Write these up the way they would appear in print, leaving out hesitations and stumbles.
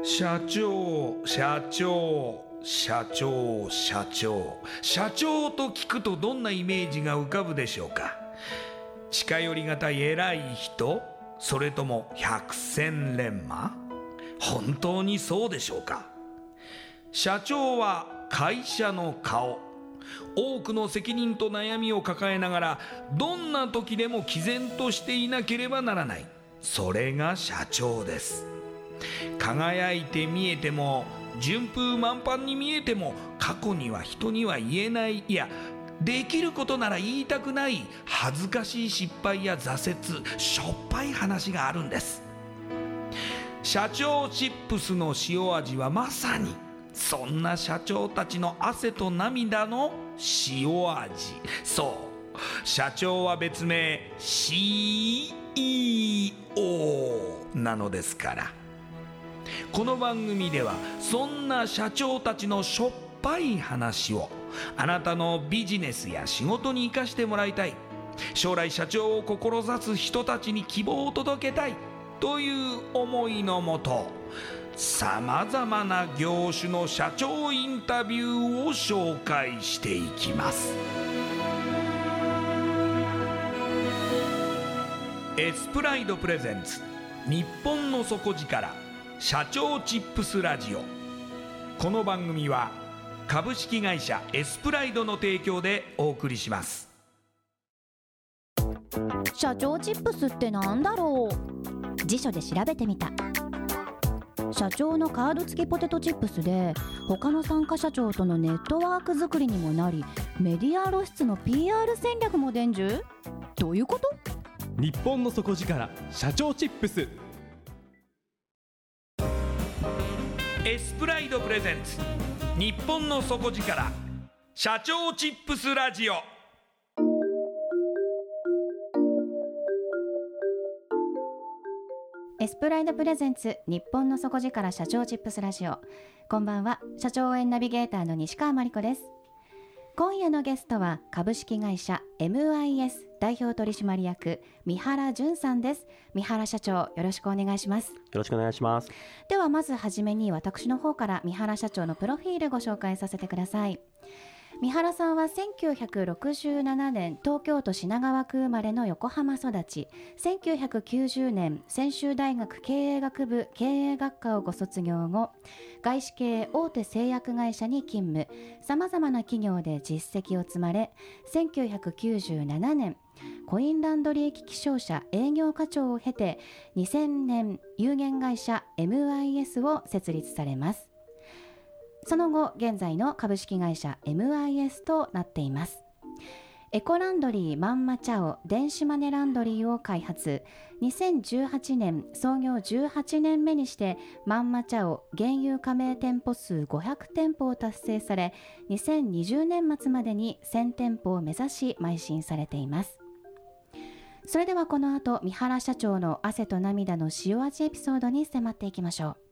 社長社長社長社長社長と聞くとどんなイメージが浮かぶでしょうか。近寄りがたい偉い人、それとも百戦錬磨。本当にそうでしょうか。社長は会社の顔、多くの責任と悩みを抱えながらどんな時でも毅然としていなければならない、それが社長です。輝いて見えても順風満帆に見えても、過去には人には言えない、いやできることなら言いたくない恥ずかしい失敗や挫折、しょっぱい話があるんです。社長チップスの塩味はまさにそんな社長たちの汗と涙の塩味。そう社長は別名 CEO なのですから。この番組ではそんな社長たちのしょっぱい話をあなたのビジネスや仕事に生かしてもらいたい、将来社長を志す人たちに希望を届けたいという思いのもと、さまざまな業種の社長インタビューを紹介していきます。エスプライドプレゼンツ日本の底力社長チップスラジオ。この番組は株式会社エスプライドの提供でお送りします。 社長チップスってなんだろう。辞書で調べてみた。社長のカード付きポテトチップスで、他の参加社長とのネットワーク作りにもなり、メディア露出の PR 戦略も伝授。どういうこと？ 日本の底力社長チップス。 エスプライドプレゼンツ日本の底力社長チップスラジオ。 エスプライドプレゼンツ日本の底力社長チップスラジオ。こんばんは、社長応援ナビゲーターの西川真理子です。今夜のゲストは株式会社 MIS 代表取締役三原淳さんです。三原社長、よろしくお願いします。 よろしくお願いします。 ではまずはじめに私の方から三原社長のプロフィールご紹介させてください。三原さんは1967年東京都品川区生まれの横浜育ち、1990年専修大学経営学部経営学科をご卒業後、外資系大手製薬会社に勤務、さまざまな企業で実績を積まれ、1997年コインランドリー機器商社営業課長を経て、2000年有限会社 MIS を設立されます。その後現在の株式会社 MIS となっています。エコランドリーまんまちゃお電子マネランドリーを開発、2018年創業18年目にしてまんまちゃお現有加盟店舗数500店舗を達成され、2020年末までに1000店舗を目指し邁進されています。それではこの後、三原社長の汗と涙の塩味エピソードに迫っていきましょう。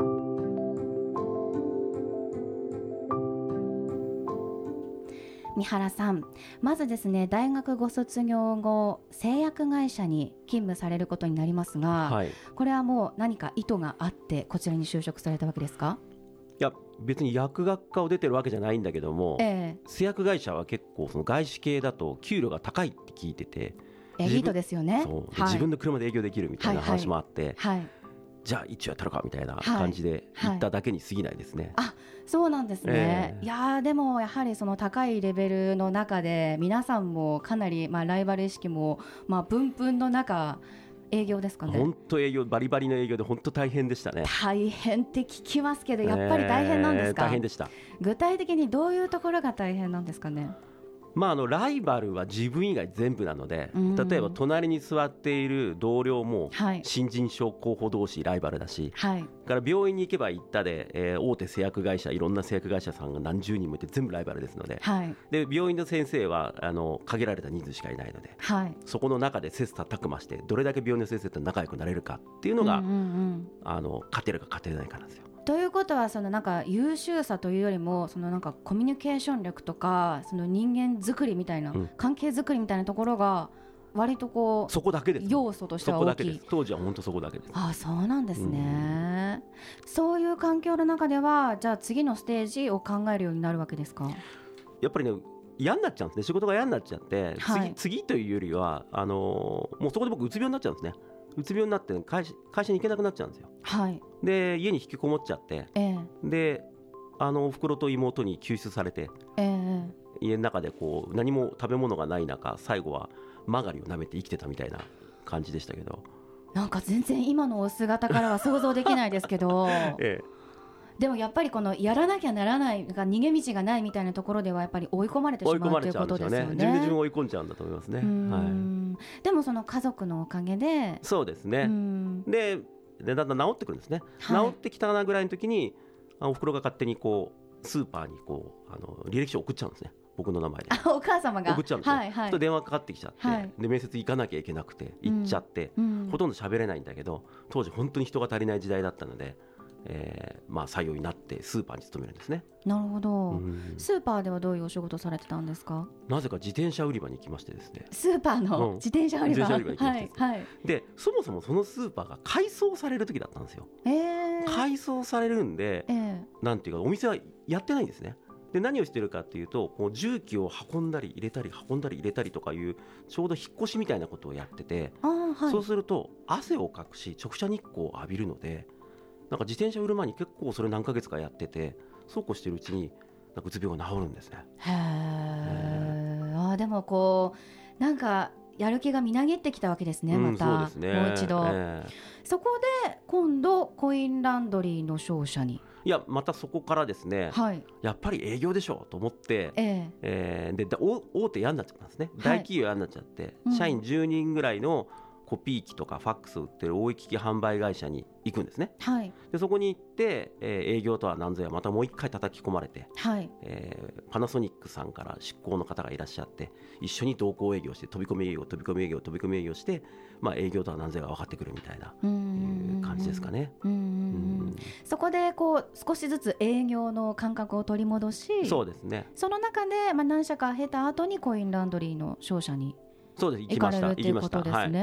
三原さん、まずですね、大学ご卒業後製薬会社に勤務されることになりますが、はい、これはもう何か意図があってこちらに就職されたわけですか？ いや、別に薬学科を出てるわけじゃないんだけども、製薬会社は結構その外資系だと給料が高いって聞いてて、 エリートですよね。 そう、はい、自分の車で営業できるみたいな話もあって、はいはい、じゃあ一応やったのかみたいな感じで行っただけに過ぎないですね。 あ、そうなんですね。いやでもやはりその高いレベルの中で皆さんもかなりライバル意識もプンプンの中営業ですかね。 本当営業、バリバリの営業で本当大変でしたね。 大変って聞きますけど、やっぱり大変なんですか？ 大変でした。 具体的にどういうところが大変なんですかね？ ライバルは自分以外全部なので、例えば隣に座っている同僚も新人賞候補同士ライバルだし、はい、から病院に行けば行ったで、大手製薬会社、いろんな製薬会社さんが何十人もいて全部ライバルですので、はい、で病院の先生は限られた人数しかいないので、はい、そこの中で切磋琢磨してどれだけ病院の先生と仲良くなれるかっていうのが、勝てるか勝てないかなんですよ。 ということは、そのなんか優秀さというよりも、そのなんかコミュニケーション力とか、その人間作りみたいな、関係作りみたいなところが割とこうそこだけです、 要素としては大きい。 当時は本当そこだけです。 そうなんですね、そういう環境の中ではじゃあ次のステージを考えるようになるわけですか？ やっぱりね嫌になっちゃうんですね。仕事が嫌になっちゃって、 はい、 次というよりはもうそこで僕うつ病になっちゃうんですね。うつ病になって会社に行けなくなっちゃうんですよ、はい、で家に引きこもっちゃって、でお袋と妹に救出されて、家の中でこう何も食べ物がない中最後はマガリを舐めて生きてたみたいな感じでしたけど、 なんか全然今のお姿からは想像できないですけど、でもやっぱりこのやらなきゃならないが逃げ道がないみたいなところではやっぱり追い込まれてしまうということですよね。 自分で自分を追い込んじゃうんだと思いますね。 でもその家族のおかげでそうですね。でだんだん治ってくるんですね、治ってきたなぐらいの時にお袋が勝手にこうスーパーにこう履歴書を送っちゃうんですね、僕の名前で。 お母様が送っちゃうんですよ、と電話かかってきちゃって、で面接行かなきゃいけなくて行っちゃって、ほとんど喋れないんだけど、当時本当に人が足りない時代だったので、採用になってスーパーに勤めるんですね。 なるほど、スーパーではどういうお仕事されてたんですか？ なぜか自転車売り場に行きましてですね。 スーパーの自転車売り場、 に行きまして、でそもそもそのスーパーが改装される時だったんですよ。改装されるんで、なんていうかお店はやってないんですね。で何をしてるかっていうと、こう重機を運んだり入れたり運んだり入れたりとかいうちょうど引っ越しみたいなことをやってて、そうすると汗をかくし直射日光を浴びるので、なんか自転車売る前に結構それ何ヶ月かやってて、そうこうしてるうちになんかうつ病が治るんですね。 でもこうなんかやる気がみなぎってきたわけですね、また、 そうですね、 もう一度、そこで今度コインランドリーの商社に。 いやまたそこからですね、やっぱり営業でしょと思って、で大手嫌になっちゃったんですね、大企業嫌になっちゃって、社員10人ぐらいのコピー機とかファックスを売ってる大機器販売会社に行くんですね、でそこに行って、営業とは何ぞやまたもう一回叩き込まれて、パナソニックさんから出向の方がいらっしゃって、一緒に同行営業して飛び込み営業して、営業とは何ぞやが分かってくるみたいな感じですかね。 そこでこう少しずつ営業の感覚を取り戻し、 そうですね、 その中で、何社か経た後にコインランドリーの商社にそうです、行きました、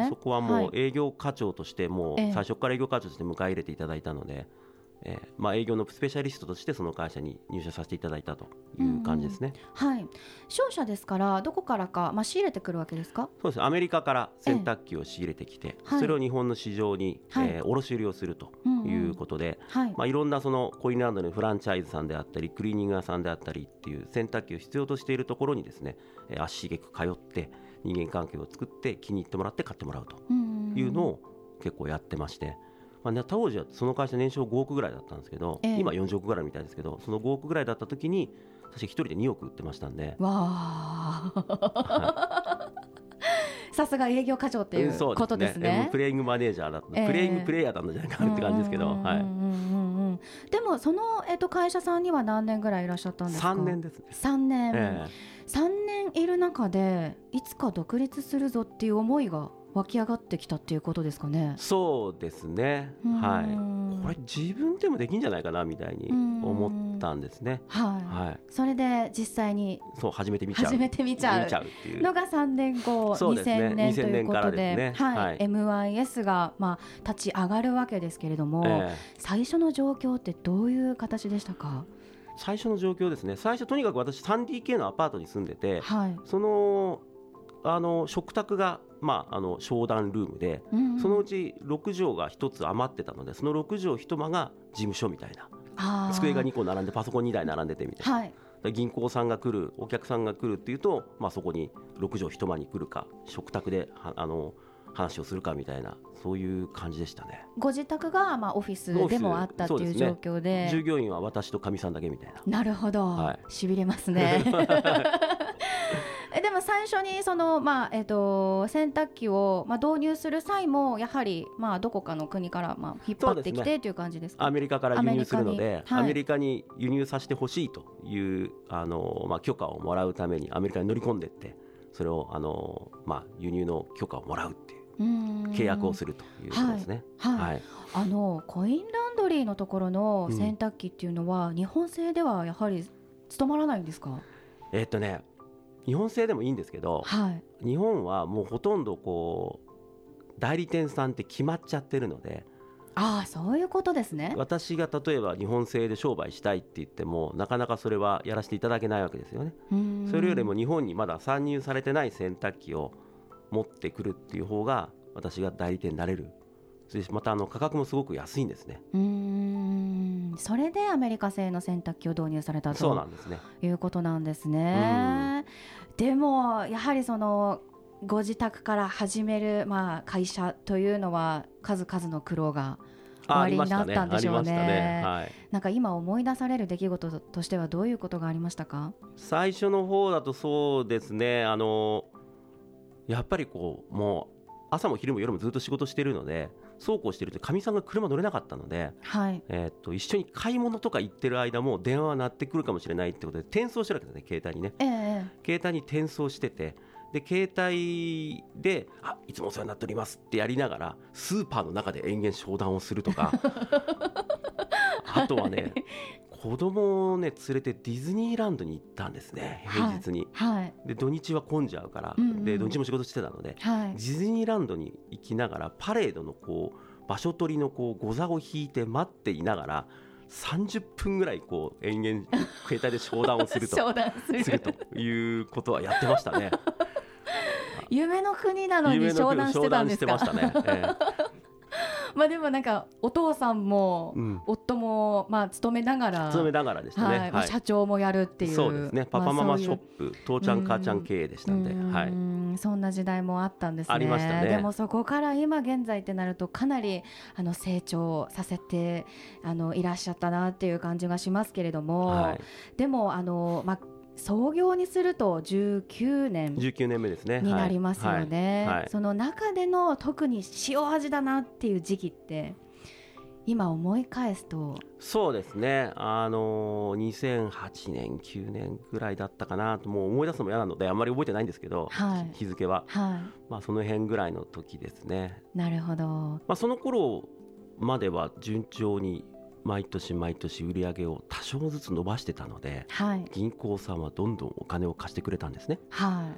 そこはもう営業課長としてもう最初から営業課長として迎え入れていただいたので、営業のスペシャリストとしてその会社に入社させていただいたという感じですね。 商社ですからどこからか、仕入れてくるわけですか？ そうです、アメリカから洗濯機を仕入れてきて、それを日本の市場に、卸売りをするということで、いろんなそのコインランドリーのフランチャイズさんであったりクリーニング屋さんであったりっていう洗濯機を必要としているところにですね、足しげく通って人間関係を作って気に入ってもらって買ってもらうというのを結構やってまして、当時はその会社年商5億ぐらいだったんですけど、今40億ぐらいみたいですけど、その5億ぐらいだった時に私1人で2億売ってましたんで、 さすが営業課長っていうことですね。 プレイングマネージャーだった、プレイングプレイヤーだったんじゃないかなって感じですけど、 でもその、会社さんには何年ぐらいいらっしゃったんですか？ 3年ですね。 3年いる中でいつか独立するぞっていう思いが湧き上がってきたっていうことですかね？ そうですね、これ自分でもできるんじゃないかなみたいに思ったんですね。それで実際に始めてみちゃうっていうのが3年後、2000年ということで、MIS が立ち上がるわけですけれども、最初の状況ってどういう形でしたか？ 最初の状況ですね、最初とにかく私 3DK のアパートに住んでて、その食卓が商談ルームで、そのうち6畳が1つ余ってたので、その6畳1間が事務所みたいな、机が2個並んでパソコン2台並んでてみたいな、銀行さんが来る、お客さんが来るっていうと、そこに6畳1間に来るか、食卓で話をするかみたいな、そういう感じでしたね。 ご自宅がオフィスでもあったっていう状況 で、 従業員は私とかみさんだけみたいな。 なるほど、しびれますねでも最初にその、洗濯機を、導入する際もやはり、どこかの国から、引っ張ってきてという感じですか？ アメリカから輸入するので、アメリカに輸入させてほしいという許可をもらうためにアメリカに乗り込んでいって、それを輸入の許可をもらうっていう契約をするということですね。 コインランドリーのところの洗濯機っていうのは、日本製ではやはり務まらないんですか？ 日本製でもいいんですけど、 はい、 日本はもうほとんど代理店さんって決まっちゃってるので、 ああ、そういうことですね。 私が例えば日本製で商売したいって言ってもなかなかそれはやらせていただけないわけですよね。それよりも日本にまだ参入されてない洗濯機を持ってくるっていう方が私が代理店になれる。また価格もすごく安いんですね。 それでアメリカ製の洗濯機を導入されたそうなんですね。 いうことなんですね。でもやはりご自宅から始める、会社というのは数々の苦労がおありになったんでしょうね。はい、なんか今思い出される出来事としてはどういうことがありましたか？ 最初の方だとそうですね、やっぱりもう朝も昼も夜もずっと仕事しているので、そうこうしているとかみさんが車乗れなかったので、 はい、 一緒に買い物とか行ってる間も電話が鳴ってくるかもしれないってことで転送してるわけですね、携帯にね、携帯に転送してて、で携帯でいつもお世話になっておりますってやりながらスーパーの中で延々商談をするとかあとはね、子供をね連れてディズニーランドに行ったんですね、平日に、 はい、 で土日は混んじゃうから、で土日も仕事してたので、 はい、 ディズニーランドに行きながらパレードの場所取りのゴザを引いて待っていながら30分ぐらい延々携帯で商談をするとするということはやってましたね。 夢の国なのに商談してたんですか？ 商談してましたね。 でもなんかお父さんも夫も勤めながらでしたね、 はい、社長もやるっていう、 そうですね、パパママショップ、父ちゃん母ちゃん経営でしたんで、はい、 そんな時代もあったんですね。 ありましたね。 でもそこから今現在ってなるとかなり成長させていらっしゃったなっていう感じがしますけれども、はい、でも創業にすると19年目ですね、 になりますよね、 はいはい、 その中での特に塩味だなっていう時期って今思い返すと。 そうですね、2008年9年ぐらいだったかなと、もう思い出すのも嫌なのであんまり覚えてないんですけど、はい、日付は、はい、その辺ぐらいの時ですね。 なるほど。 その頃までは順調に毎年毎年売り上げを多少ずつ伸ばしてたので、はい、銀行さんはどんどんお金を貸してくれたんですね、 はい、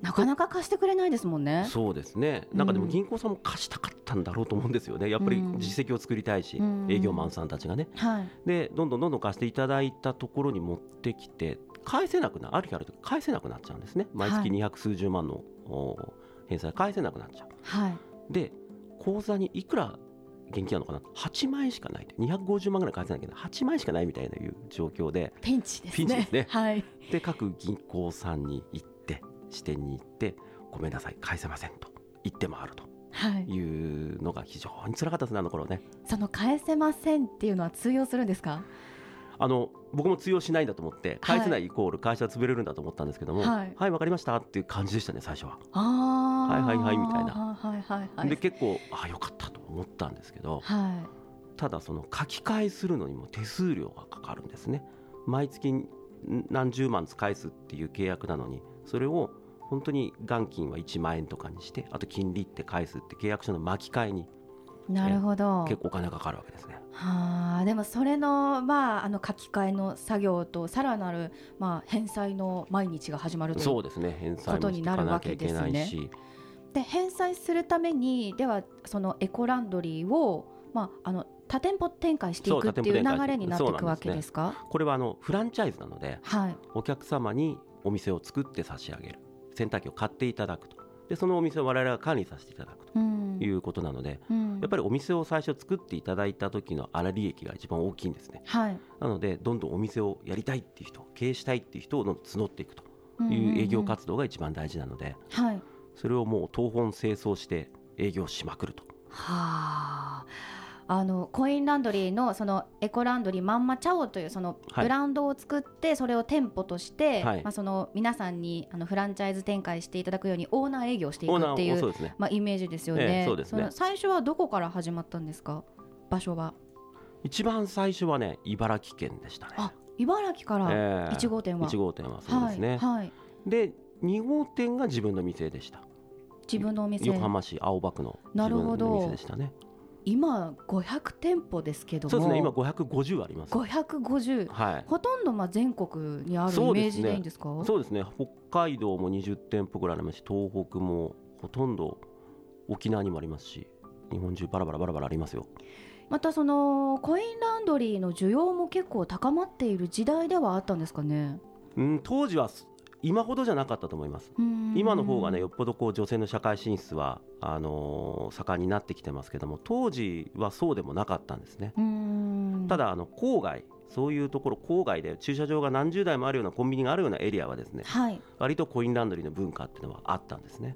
なかなか貸してくれないですもんね。 そうですね、なんかでも銀行さんも貸したかったんだろうと思うんですよね。やっぱり実績を作りたいし、営業マンさんたちがね、はい、でどんどん貸していただいたところに持ってきてある日ある時返せなくなっちゃうんですね。毎月200数十万の返済返せなくなっちゃう、はい、で口座にいくら現金あるのかな、8万円しかない、250万ぐらい返せなきゃいけない、8万円しかないみたいないう状況でピンチですね、はい、 で各銀行さんに行って支店に行ってごめんなさい返せませんと言って回るというのが非常に辛かったですね、あの頃ね。 その返せませんっていうのは通用するんですか？ 僕も通用しないんだと思って返せないイコール会社は潰れるんだと思ったんですけども、はい分かりましたっていう感じでしたね最初は。はいみたいな、で結構よかったと思ったんですけど、はい、ただその書き換えするのにも手数料がかかるんですね。毎月何十万返すっていう契約なのに、それを本当に元金は1万円とかにして、あと金利って返すって契約書の巻き換えになるほど結構お金がかかるわけですね。 でもそれの、書き換えの作業とさらなる、返済の毎日が始まるというそうですね、返済もしていかなきゃいけないし、 で返済するためにではそのエコランドリーを、多店舗展開していくっていう流れになっていくわけですか？ これはフランチャイズなので、はい、お客様にお店を作って差し上げる、洗濯機を買っていただくと、でそのお店を我々が管理させていただくということなので、やっぱりお店を最初作っていただいた時の粗利益が一番大きいんですね、はい、なのでどんどんお店をやりたいっていう人、経営したいっていう人を募っていくという営業活動が一番大事なので、はい、それをもう東奔清掃して営業しまくると。 はコインランドリーのそのエコランドリーまんまちゃおというそのブランドを作ってそれを店舗として、はい、その皆さんにフランチャイズ展開していただくようにオーナー営業していくっていう、イメージですよね。そうですね。その最初はどこから始まったんですか？場所は一番最初はね、茨城県でしたね。 茨城から1号店は、 1号店はそうですね、はい、で2号店が自分の店でした。 自分のお店、 横浜市青葉区の自分の店でしたね。 今500店舗ですけども。 そうですね、今550あります。 550、 はい、 ほとんど全国にあるイメージでいいんですか？ そうですね、北海道も20店舗ぐらいありますし、東北もほとんど、沖縄にもありますし、日本中バラバラありますよ。 またそのコインランドリーの需要も結構高まっている時代ではあったんですかね？ 当時は今ほどじゃなかったと思います。今の方がね、よっぽど女性の社会進出は盛んになってきてますけども、当時はそうでもなかったんですね。ただ郊外、そういうところ、郊外で駐車場が何十台もあるようなコンビニがあるようなエリアはですね、はい、割とコインランドリーの文化っていうのはあったんですね。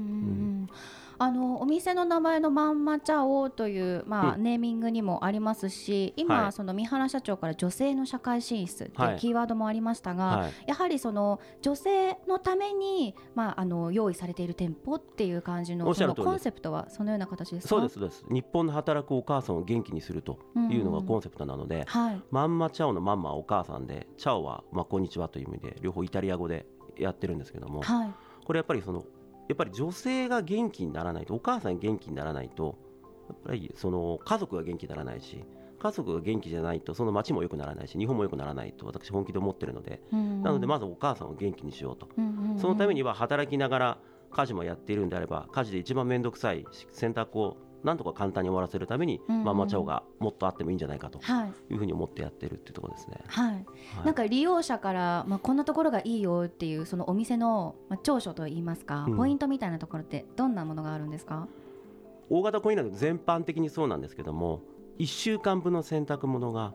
お店の名前のまんま茶王という、ネーミングにもありますし、今、はい、その三原社長から女性の社会進出というキーワードもありましたが、はい、やはりその女性のために、用意されている店舗っていう感じの、そのコンセプトはそのような形ですか？ そうですそうです。日本の働くお母さんを元気にするというのがコンセプトなので、はい、まんま茶王のまんまはお母さんで、茶王はこんにちはという意味で両方イタリア語でやってるんですけども、はい、これやっぱり女性が元気にならないと、お母さんが元気にならないと、やっぱりその家族が元気にならないし、家族が元気じゃないとその町も良くならないし、日本も良くならないと私本気で思ってるので、なのでまずお母さんを元気にしようと、そのためには働きながら家事もやっているんであれば、家事で一番面倒くさい洗濯をなんとか簡単に終わらせるために、ママチャオがもっとあってもいいんじゃないかというふうに思ってやってるっていうところですね。 はいはい、なんか利用者から、こんなところがいいよっていうそのお店の、長所といいますか、ポイントみたいなところってどんなものがあるんですか？ 大型コインランド全般的にそうなんですけども、1週間分の洗濯物が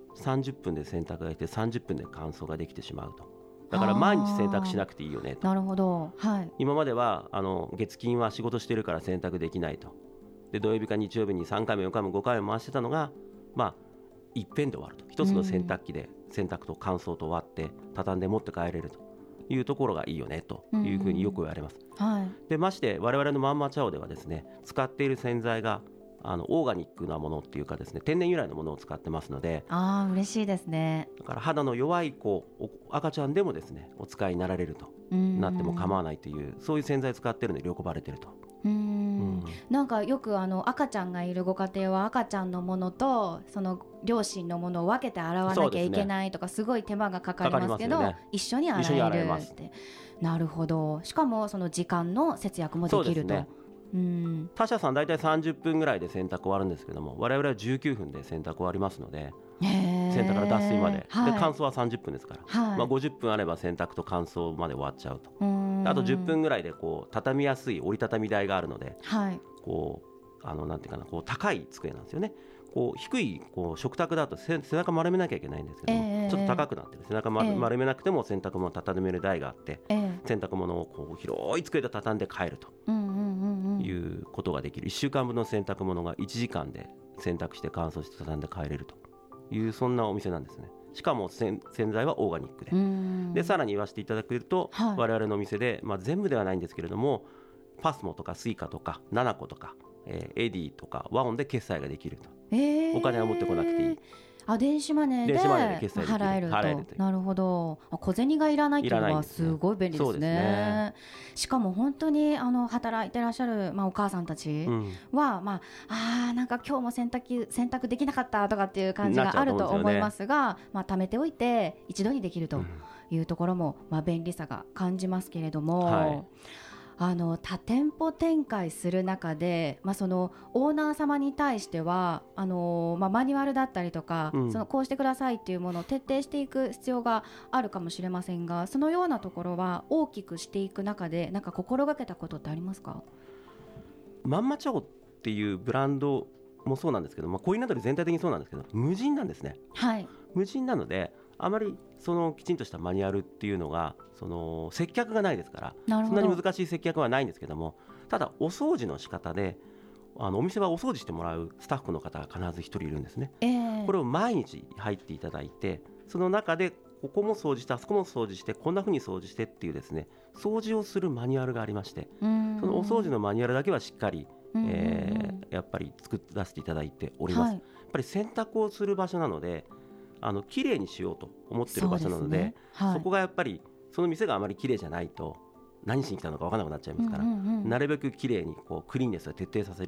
30分で洗濯ができて30分で乾燥ができてしまうと。だから毎日洗濯しなくていいよねと。 なるほど、はい、 今までは月金は仕事してるから洗濯できないと。で土曜日か日曜日に3回も4回も5回も回してたのが、いっぺんで終わると。一つの洗濯機で洗濯と乾燥と終わって畳んで持って帰れるというところがいいよねというふうによく言われます。はい、でまして我々のまんま茶王ではですね、使っている洗剤がオーガニックなものっていうかですね、天然由来のものを使ってますので、 嬉しいですね。 だから肌の弱い子、赤ちゃんでもですねお使いになられると、なっても構わないという、そういう洗剤使ってるので喜ばれてると。 なんかよく赤ちゃんがいるご家庭は赤ちゃんのものとその両親のものを分けて洗わなきゃいけないとか、すごい手間がかかりますけど、一緒に洗えるって。なるほど。しかもその時間の節約もできると。 他社さん大体30分ぐらいで洗濯終わるんですけども、我々は19分で洗濯終わりますので、洗濯から脱水まで、はい、で乾燥は30分ですから、はい、50分あれば洗濯と乾燥まで終わっちゃうと。あと10分ぐらいで畳みやすい折りたたみ台があるので、はい、なんていうかな、高い机なんですよね。低い食卓だと背中丸めなきゃいけないんですけども、ちょっと高くなってる背中丸めなくても洗濯物を畳める台があって、洗濯物を広い机で畳んで帰るということができる。1週間分の洗濯物が1時間で洗濯して乾燥して畳んで帰れるという、そんなお店なんですね。しかも洗剤はオーガニックで、さらに言わせていただくと、我々のお店で、全部ではないんですけれども、パスモとかスイカとかナナコとか、エディとかワオンで決済ができると。お金は持ってこなくていい。 電子マネーで払えると。なるほど。小銭がいらないっていうのはすごい便利ですね。しかも本当に働いてらっしゃる、お母さんたちは、なんか今日も洗濯できなかったとかっていう感じがあると思いますが、貯めておいて一度にできるというところも、便利さが感じますけれども、多店舗展開する中で、そのオーナー様に対してはマニュアルだったりとか、そのこうしてくださいっていうものを徹底していく必要があるかもしれませんが、そのようなところは大きくしていく中でなんか心がけたことってありますか？ まんま茶王っていうブランドもそうなんですけど、コインランドリー全体的にそうなんですけど、無人なんですね。はい、無人なのであまりきちんとしたマニュアルっていうのが接客がないですから、そんなに難しい接客はないんですけども、ただお掃除の仕方でお店はお掃除してもらうスタッフの方が必ず1人いるんですね。これを毎日入っていただいて、その中でここも掃除してあそこも掃除してこんな風に掃除してっていうですね、掃除をするマニュアルがありまして、そのお掃除のマニュアルだけはしっかりやっぱり作らせていただいております。やっぱり洗濯をする場所なので、綺麗にしようと思っている場所なので、そこがやっぱりその店があまり綺麗じゃないと何しに来たのか分からなくなっちゃいますから、なるべく綺麗にクリーンネスを徹底させると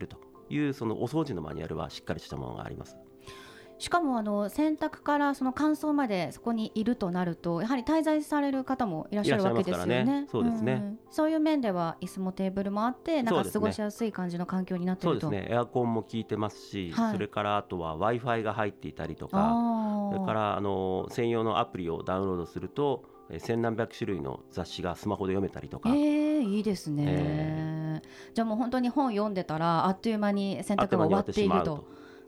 いうそのお掃除のマニュアルはしっかりしたものがあります。 しかも洗濯からその乾燥までそこにいるとなるとやはり滞在される方もいらっしゃるわけですよね。 そうですね、 そういう面では椅子もテーブルもあってなんか過ごしやすい感じの環境になっていると。 そうですね、エアコンも効いてますし、それからあとは Wi-Fi が入っていたりとか、それから専用のアプリをダウンロードすると千何百種類の雑誌がスマホで読めたりとか。 いいですね、じゃあもう本当に本読んでたらあっという間に洗濯が終わっていると。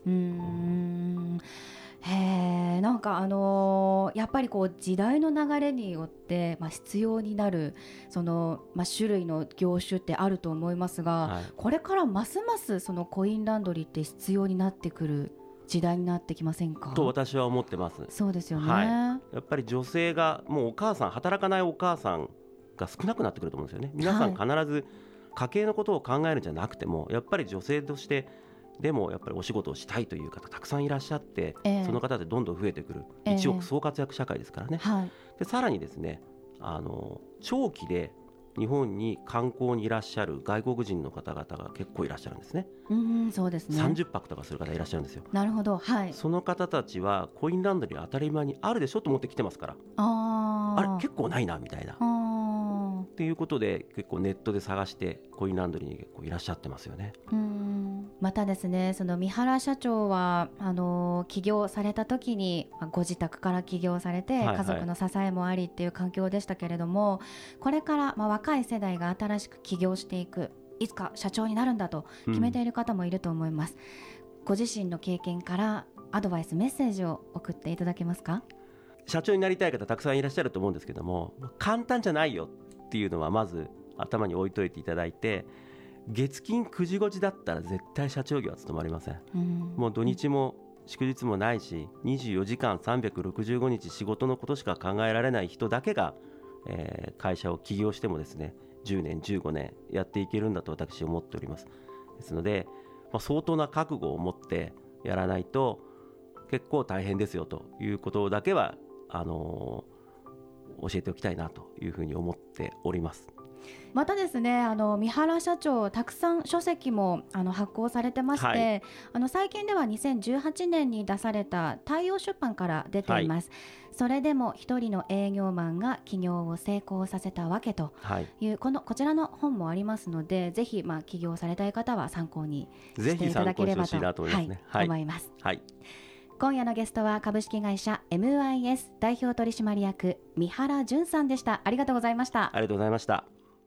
なんかやっぱりこう時代の流れによって、必要になるその、種類の業種ってあると思いますが、これからますますそのコインランドリーって必要になってくる時代になってきませんかと私は思ってます。 そうですよね、 やっぱり女性がもうお母さん働かないお母さんが少なくなってくると思うんですよね。皆さん必ず家計のことを考えるんじゃなくても、やっぱり女性としてでもやっぱりお仕事をしたいという方たくさんいらっしゃって、その方でどんどん増えてくる、一億総活躍社会ですからね、でさらにですね長期で日本に観光にいらっしゃる外国人の方々が結構いらっしゃるんですね。 そうですね、 30泊とかする方いらっしゃるんですよ。 なるほど、 その方たちはコインランドリー当たり前にあるでしょと思って来てますから、あれ結構ないなみたいなっていうことで結構ネットで探してコインランドリーに結構いらっしゃってますよね。 またですね、その三原社長は起業された時にご自宅から起業されて、家族の支えもありっていう環境でしたけれども、これから若い世代が新しく起業していく、いつか社長になるんだと決めている方もいると思います、ご自身の経験からアドバイスメッセージを送っていただけますか。 社長になりたい方たくさんいらっしゃると思うんですけども、簡単じゃないよっていうのはまず頭に置いといていただいて、月金9時5時だったら絶対社長業は務まりません、もう土日も祝日もないし24時間365日仕事のことしか考えられない人だけが、会社を起業してもですね10年15年やっていけるんだと私は思っております。ですので、相当な覚悟を持ってやらないと結構大変ですよということだけは教えておきたいなというふうに思っております。 またですね、三原社長たくさん書籍も発行されてまして、最近では2018年に出された太陽出版から出ています、それでも一人の営業マンが起業を成功させたわけという、こちらの本もありますので、ぜひ起業されたい方は参考にしていただければと思います。今夜のゲストは株式会社 MIS 代表取締役三原淳さんでした。ありがとうございました。 ありがとうございました。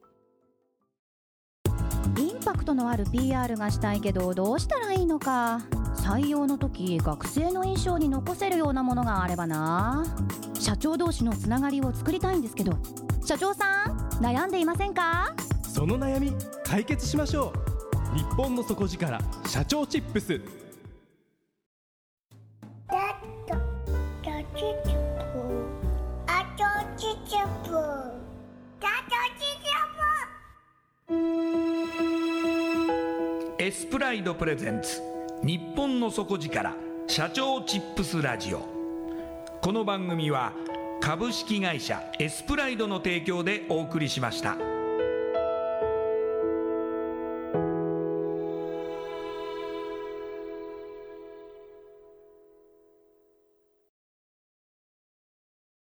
インパクトのある PR がしたいけどどうしたらいいのか。採用の時学生の印象に残せるようなものがあればな。社長同士のつながりを作りたいんですけど、社長さん悩んでいませんか。 その悩み解決しましょう。日本の底力社長チップス。 エスプライドプレゼンツ日本の底力社長チップスラジオ。この番組は株式会社エスプライドの提供でお送りしました。